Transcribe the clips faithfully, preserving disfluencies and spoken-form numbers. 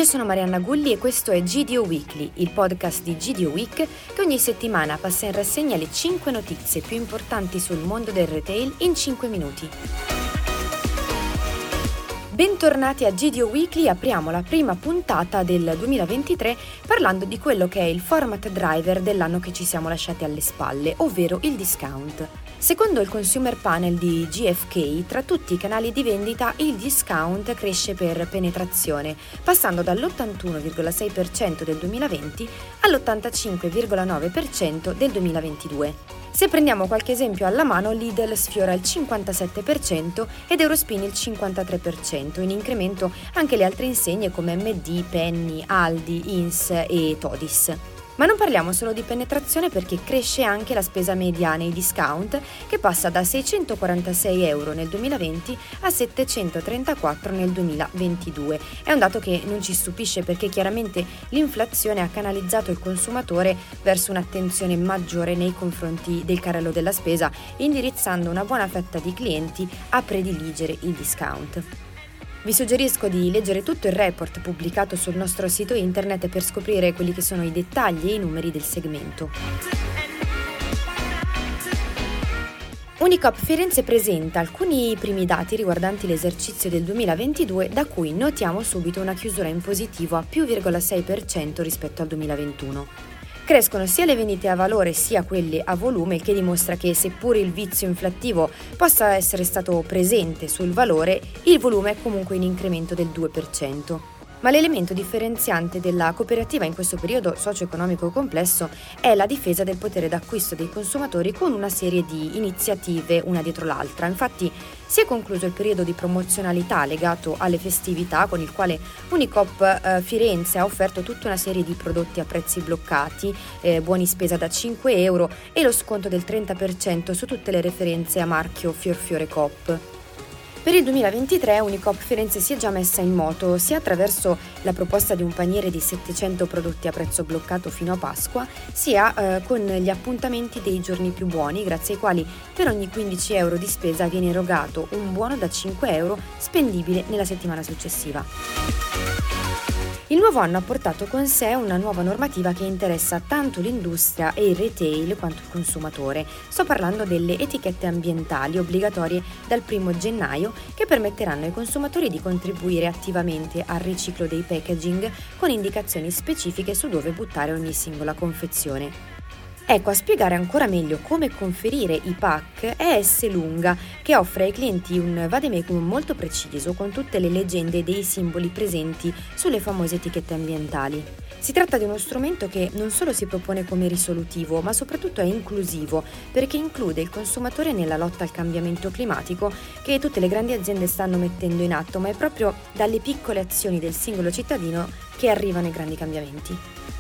Io sono Marianna Gulli e questo è G D O Weekly, il podcast di G D O Week che ogni settimana passa in rassegna le cinque notizie più importanti sul mondo del retail in cinque minuti. Bentornati a G D O Weekly, apriamo la prima puntata del duemilaventitré parlando di quello che è il format driver dell'anno che ci siamo lasciati alle spalle, ovvero il discount. Secondo il Consumer Panel di G F K, tra tutti i canali di vendita il discount cresce per penetrazione, passando dall'ottantuno virgola sei per cento del duemilaventi all'ottantacinque virgola nove per cento del duemilaventidue. Se prendiamo qualche esempio alla mano, Lidl sfiora il cinquantasette per cento ed Eurospin il cinquantatré per cento, in incremento anche le altre insegne come M D, Penny, Aldi, Ins e Todis. Ma non parliamo solo di penetrazione perché cresce anche la spesa media nei discount, che passa da seicentoquarantasei euro nel duemilaventi a settecentotrentaquattro nel duemilaventidue. È un dato che non ci stupisce perché chiaramente l'inflazione ha canalizzato il consumatore verso un'attenzione maggiore nei confronti del carrello della spesa, indirizzando una buona fetta di clienti a prediligere il discount. Vi suggerisco di leggere tutto il report pubblicato sul nostro sito internet per scoprire quelli che sono i dettagli e i numeri del segmento. Unicoop Firenze presenta alcuni primi dati riguardanti l'esercizio del duemilaventidue, da cui notiamo subito una chiusura in positivo a più zero virgola sei per cento rispetto al duemilaventuno. Crescono sia le vendite a valore sia quelle a volume, il che dimostra che seppur il vizio inflattivo possa essere stato presente sul valore, il volume è comunque in incremento del due per cento. Ma l'elemento differenziante della cooperativa in questo periodo socio-economico complesso è la difesa del potere d'acquisto dei consumatori con una serie di iniziative una dietro l'altra. Infatti si è concluso il periodo di promozionalità legato alle festività, con il quale Unicoop eh, Firenze ha offerto tutta una serie di prodotti a prezzi bloccati, eh, buoni spesa da cinque euro e lo sconto del trenta per cento su tutte le referenze a marchio Fior Fiore Coop. Per il duemilaventitré Unicoop Firenze si è già messa in moto sia attraverso la proposta di un paniere di settecento prodotti a prezzo bloccato fino a Pasqua, sia eh, con gli appuntamenti dei giorni più buoni, grazie ai quali per ogni quindici euro di spesa viene erogato un buono da cinque euro spendibile nella settimana successiva. Il nuovo anno ha portato con sé una nuova normativa che interessa tanto l'industria e il retail quanto il consumatore. Sto parlando delle etichette ambientali obbligatorie dal primo gennaio, che permetteranno ai consumatori di contribuire attivamente al riciclo dei packaging con indicazioni specifiche su dove buttare ogni singola confezione. Ecco, a spiegare ancora meglio come conferire i pack è Esselunga, che offre ai clienti un vademecum molto preciso con tutte le leggende dei simboli presenti sulle famose etichette ambientali. Si tratta di uno strumento che non solo si propone come risolutivo, ma soprattutto è inclusivo, perché include il consumatore nella lotta al cambiamento climatico che tutte le grandi aziende stanno mettendo in atto, ma è proprio dalle piccole azioni del singolo cittadino che arrivano i grandi cambiamenti.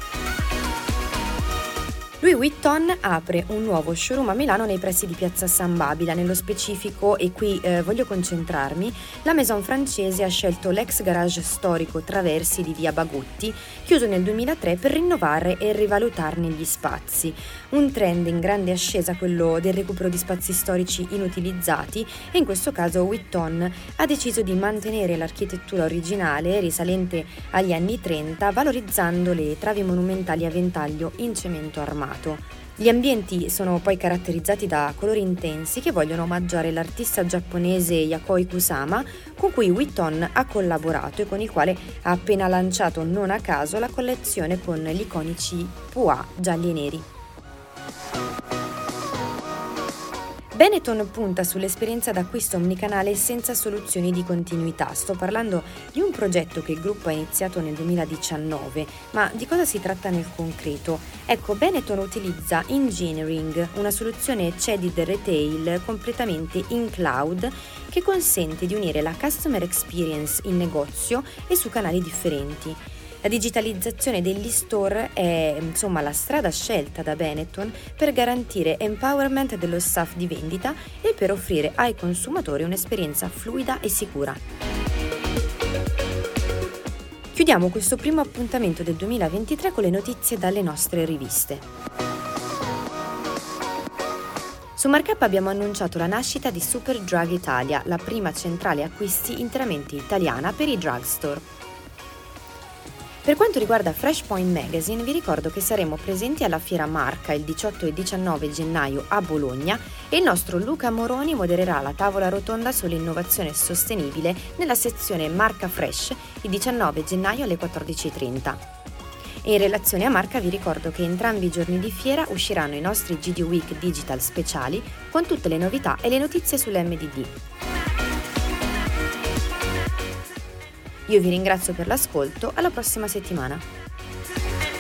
Louis Vuitton apre un nuovo showroom a Milano nei pressi di Piazza San Babila. Nello specifico, e qui eh, voglio concentrarmi, la maison francese ha scelto l'ex garage storico Traversi di via Bagutti, chiuso nel duemilatré, per rinnovare e rivalutarne gli spazi. Un trend in grande ascesa, quello del recupero di spazi storici inutilizzati, e in questo caso Vuitton ha deciso di mantenere l'architettura originale risalente agli anni trenta, valorizzando le travi monumentali a ventaglio in cemento armato. Gli ambienti sono poi caratterizzati da colori intensi che vogliono omaggiare l'artista giapponese Yayoi Kusama, con cui Vuitton ha collaborato e con il quale ha appena lanciato non a caso la collezione con gli iconici Pois gialli e neri. Benetton punta sull'esperienza d'acquisto omnicanale senza soluzioni di continuità. Sto parlando di un progetto che il gruppo ha iniziato nel duemiladiciannove, ma di cosa si tratta nel concreto? Ecco, Benetton utilizza Engineering, una soluzione C E D I del retail completamente in cloud che consente di unire la customer experience in negozio e su canali differenti. La digitalizzazione degli store è insomma la strada scelta da Benetton per garantire empowerment dello staff di vendita e per offrire ai consumatori un'esperienza fluida e sicura. Chiudiamo questo primo appuntamento del duemilaventitré con le notizie dalle nostre riviste. Su Markup abbiamo annunciato la nascita di Super Drug Italia, la prima centrale acquisti interamente italiana per i drugstore. Per quanto riguarda Fresh Point Magazine, vi ricordo che saremo presenti alla Fiera Marca il diciotto e diciannove gennaio a Bologna e il nostro Luca Moroni modererà la tavola rotonda sull'innovazione sostenibile nella sezione Marca Fresh il diciannove gennaio alle quattordici e trenta. E in relazione a Marca vi ricordo che entrambi i giorni di fiera usciranno i nostri G D Week Digital speciali con tutte le novità e le notizie sull'M D D. Io vi ringrazio per l'ascolto, alla prossima settimana.